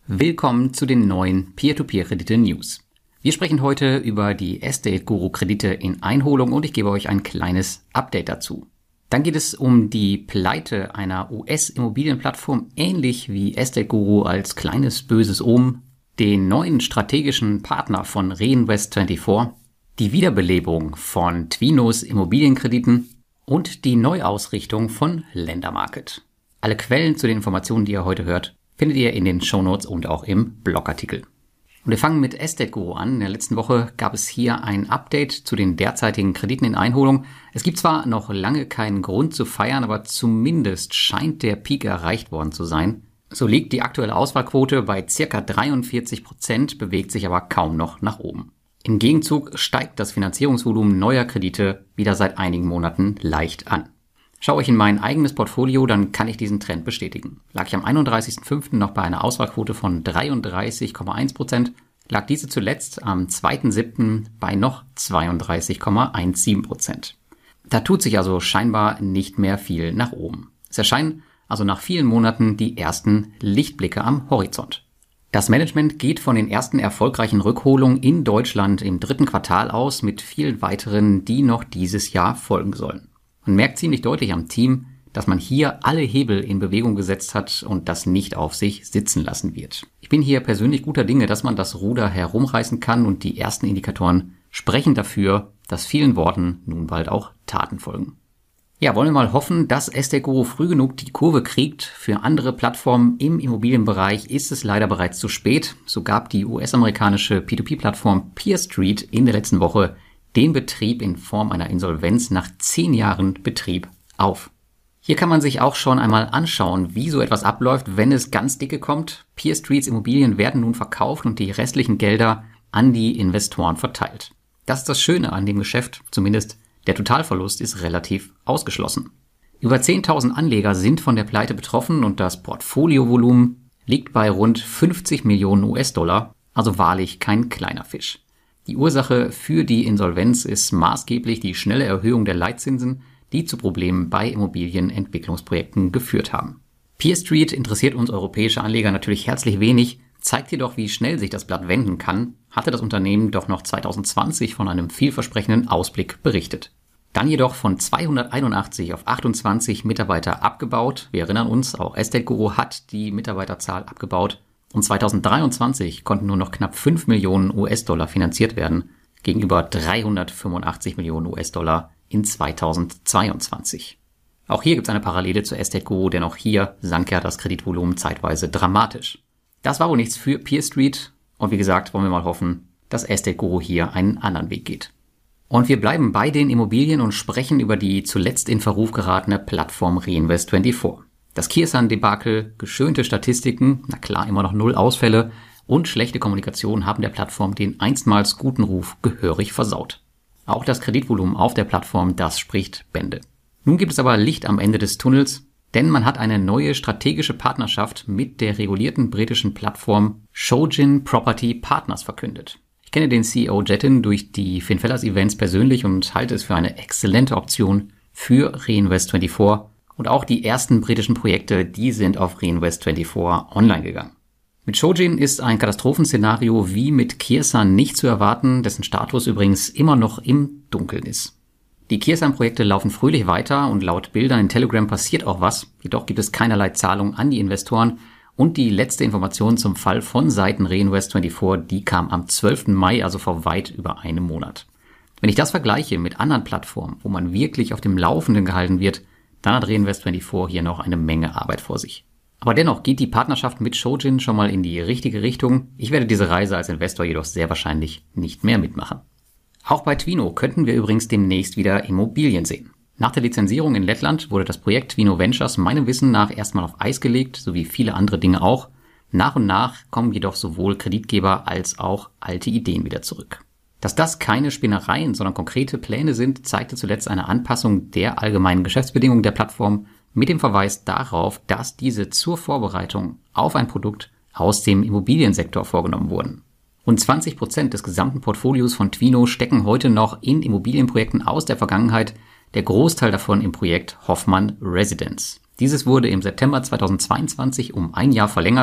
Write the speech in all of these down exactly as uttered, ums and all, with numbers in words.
Willkommen zu den neuen Peer-to-Peer-Kredite-News. Wir sprechen heute über die Estate Guru Kredite in Einholung und ich gebe euch ein kleines Update dazu. Dann geht es um die Pleite einer U S-Immobilienplattform, ähnlich wie Estate Guru als kleines böses Omen, den neuen strategischen Partner von Reinvest vierundzwanzig, die Wiederbelebung von Twinos Immobilienkrediten und die Neuausrichtung von Ländermarket. Alle Quellen zu den Informationen, die ihr heute hört, findet ihr in den Shownotes und auch im Blogartikel. Und wir fangen mit Estate Guru an. In der letzten Woche gab es hier ein Update zu den derzeitigen Krediten in Einholung. Es gibt zwar noch lange keinen Grund zu feiern, aber zumindest scheint der Peak erreicht worden zu sein. So liegt die aktuelle Auswahlquote bei ca. dreiundvierzig Prozent, bewegt sich aber kaum noch nach oben. Im Gegenzug steigt das Finanzierungsvolumen neuer Kredite wieder seit einigen Monaten leicht an. Schaue ich in mein eigenes Portfolio, dann kann ich diesen Trend bestätigen. Lag ich am einunddreißigsten fünften noch bei einer Auswahlquote von dreiunddreißig Komma eins Prozent, lag diese zuletzt am zweiten siebten bei noch zweiunddreißig Komma siebzehn Prozent. Da tut sich also scheinbar nicht mehr viel nach oben. Es erscheinen also nach vielen Monaten die ersten Lichtblicke am Horizont. Das Management geht von den ersten erfolgreichen Rückholungen in Deutschland im dritten Quartal aus, mit vielen weiteren, die noch dieses Jahr folgen sollen. Man merkt ziemlich deutlich am Team, dass man hier alle Hebel in Bewegung gesetzt hat und das nicht auf sich sitzen lassen wird. Ich bin hier persönlich guter Dinge, dass man das Ruder herumreißen kann und die ersten Indikatoren sprechen dafür, dass vielen Worten nun bald auch Taten folgen. Ja, wollen wir mal hoffen, dass Estate Guru früh genug die Kurve kriegt. Für andere Plattformen im Immobilienbereich ist es leider bereits zu spät. So gab die U S-amerikanische P zwei P-Plattform PeerStreet in der letzten Woche den Betrieb in Form einer Insolvenz nach zehn Jahren Betrieb auf. Hier kann man sich auch schon einmal anschauen, wie so etwas abläuft, wenn es ganz dicke kommt. PeerStreets Immobilien werden nun verkauft und die restlichen Gelder an die Investoren verteilt. Das ist das Schöne an dem Geschäft, zumindest der Totalverlust ist relativ ausgeschlossen. Über zehntausend Anleger sind von der Pleite betroffen und das Portfoliovolumen liegt bei rund fünfzig Millionen U S-Dollar, also wahrlich kein kleiner Fisch. Die Ursache für die Insolvenz ist maßgeblich die schnelle Erhöhung der Leitzinsen, die zu Problemen bei Immobilienentwicklungsprojekten geführt haben. PeerStreet interessiert uns europäische Anleger natürlich herzlich wenig, zeigt jedoch, wie schnell sich das Blatt wenden kann, hatte das Unternehmen doch noch zwanzig zwanzig von einem vielversprechenden Ausblick berichtet. Dann jedoch von zweihunderteinundachtzig auf achtundzwanzig Mitarbeiter abgebaut. Wir erinnern uns, auch Estate Guru hat die Mitarbeiterzahl abgebaut. Und zweitausenddreiundzwanzig konnten nur noch knapp fünf Millionen U S-Dollar finanziert werden, gegenüber dreihundertfünfundachtzig Millionen U S-Dollar in zweitausendzweiundzwanzig. Auch hier gibt es eine Parallele zu Estate Guru, denn auch hier sank ja das Kreditvolumen zeitweise dramatisch. Das war wohl nichts für PeerStreet und wie gesagt, wollen wir mal hoffen, dass Estate Guru hier einen anderen Weg geht. Und wir bleiben bei den Immobilien und sprechen über die zuletzt in Verruf geratene Plattform Reinvest vierundzwanzig. Das Kirsan-Debakel, geschönte Statistiken, na klar immer noch null Ausfälle und schlechte Kommunikation haben der Plattform den einstmals guten Ruf gehörig versaut. Auch das Kreditvolumen auf der Plattform, das spricht Bände. Nun gibt es aber Licht am Ende des Tunnels, denn man hat eine neue strategische Partnerschaft mit der regulierten britischen Plattform Shojin Property Partners verkündet. Ich kenne den C E O Jetin durch die Finfellas Events persönlich und halte es für eine exzellente Option für Reinvest vierundzwanzig. Und auch die ersten britischen Projekte, die sind auf Reinvest vierundzwanzig online gegangen. Mit Shojin ist ein Katastrophenszenario wie mit Kirsan nicht zu erwarten, dessen Status übrigens immer noch im Dunkeln ist. Die Kirsan-Projekte laufen fröhlich weiter und laut Bildern in Telegram passiert auch was, jedoch gibt es keinerlei Zahlung an die Investoren und die letzte Information zum Fall von Seiten Reinvest vierundzwanzig, die kam am zwölften Mai, also vor weit über einem Monat. Wenn ich das vergleiche mit anderen Plattformen, wo man wirklich auf dem Laufenden gehalten wird, dann hat Reinvest vierundzwanzig hier noch eine Menge Arbeit vor sich. Aber dennoch geht die Partnerschaft mit Shojin schon mal in die richtige Richtung. Ich werde diese Reise als Investor jedoch sehr wahrscheinlich nicht mehr mitmachen. Auch bei Twino könnten wir übrigens demnächst wieder Immobilien sehen. Nach der Lizenzierung in Lettland wurde das Projekt Twino Ventures meinem Wissen nach erstmal auf Eis gelegt, sowie viele andere Dinge auch. Nach und nach kommen jedoch sowohl Kreditgeber als auch alte Ideen wieder zurück. Dass das keine Spinnereien, sondern konkrete Pläne sind, zeigte zuletzt eine Anpassung der allgemeinen Geschäftsbedingungen der Plattform mit dem Verweis darauf, dass diese zur Vorbereitung auf ein Produkt aus dem Immobiliensektor vorgenommen wurden. Rund zwanzig Prozent des gesamten Portfolios von Twino stecken heute noch in Immobilienprojekten aus der Vergangenheit, der Großteil davon im Projekt Hoffmann Residence. Dieses wurde im September zweitausendzweiundzwanzig um ein Jahr verlängert,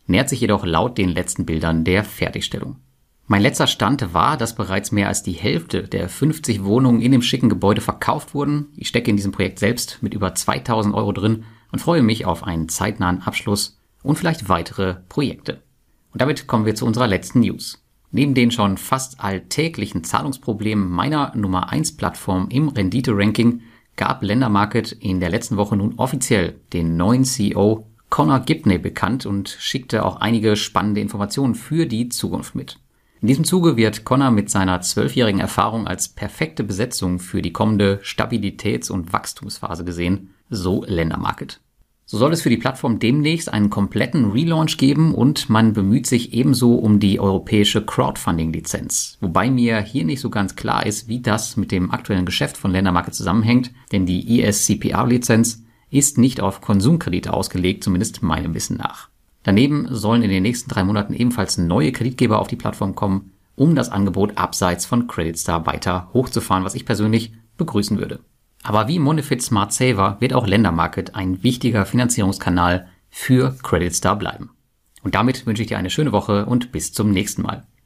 nähert sich jedoch laut den letzten Bildern der Fertigstellung. Mein letzter Stand war, dass bereits mehr als die Hälfte der fünfzig Wohnungen in dem schicken Gebäude verkauft wurden. Ich stecke in diesem Projekt selbst mit über zweitausend Euro drin und freue mich auf einen zeitnahen Abschluss und vielleicht weitere Projekte. Und damit kommen wir zu unserer letzten News. Neben den schon fast alltäglichen Zahlungsproblemen meiner Nummer eins Plattform im Rendite-Ranking gab Lendermarket in der letzten Woche nun offiziell den neuen C E O Conor Gibney bekannt und schickte auch einige spannende Informationen für die Zukunft mit. In diesem Zuge wird Conor mit seiner zwölfjährigen Erfahrung als perfekte Besetzung für die kommende Stabilitäts- und Wachstumsphase gesehen, so Lendermarket. So soll es für die Plattform demnächst einen kompletten Relaunch geben und man bemüht sich ebenso um die europäische Crowdfunding-Lizenz. Wobei mir hier nicht so ganz klar ist, wie das mit dem aktuellen Geschäft von Lendermarket zusammenhängt, denn die E S C P R-Lizenz ist nicht auf Konsumkredite ausgelegt, zumindest meinem Wissen nach. Daneben sollen in den nächsten drei Monaten ebenfalls neue Kreditgeber auf die Plattform kommen, um das Angebot abseits von CreditStar weiter hochzufahren, was ich persönlich begrüßen würde. Aber wie Monefit Smart Saver wird auch Lendermarket ein wichtiger Finanzierungskanal für CreditStar bleiben. Und damit wünsche ich dir eine schöne Woche und bis zum nächsten Mal.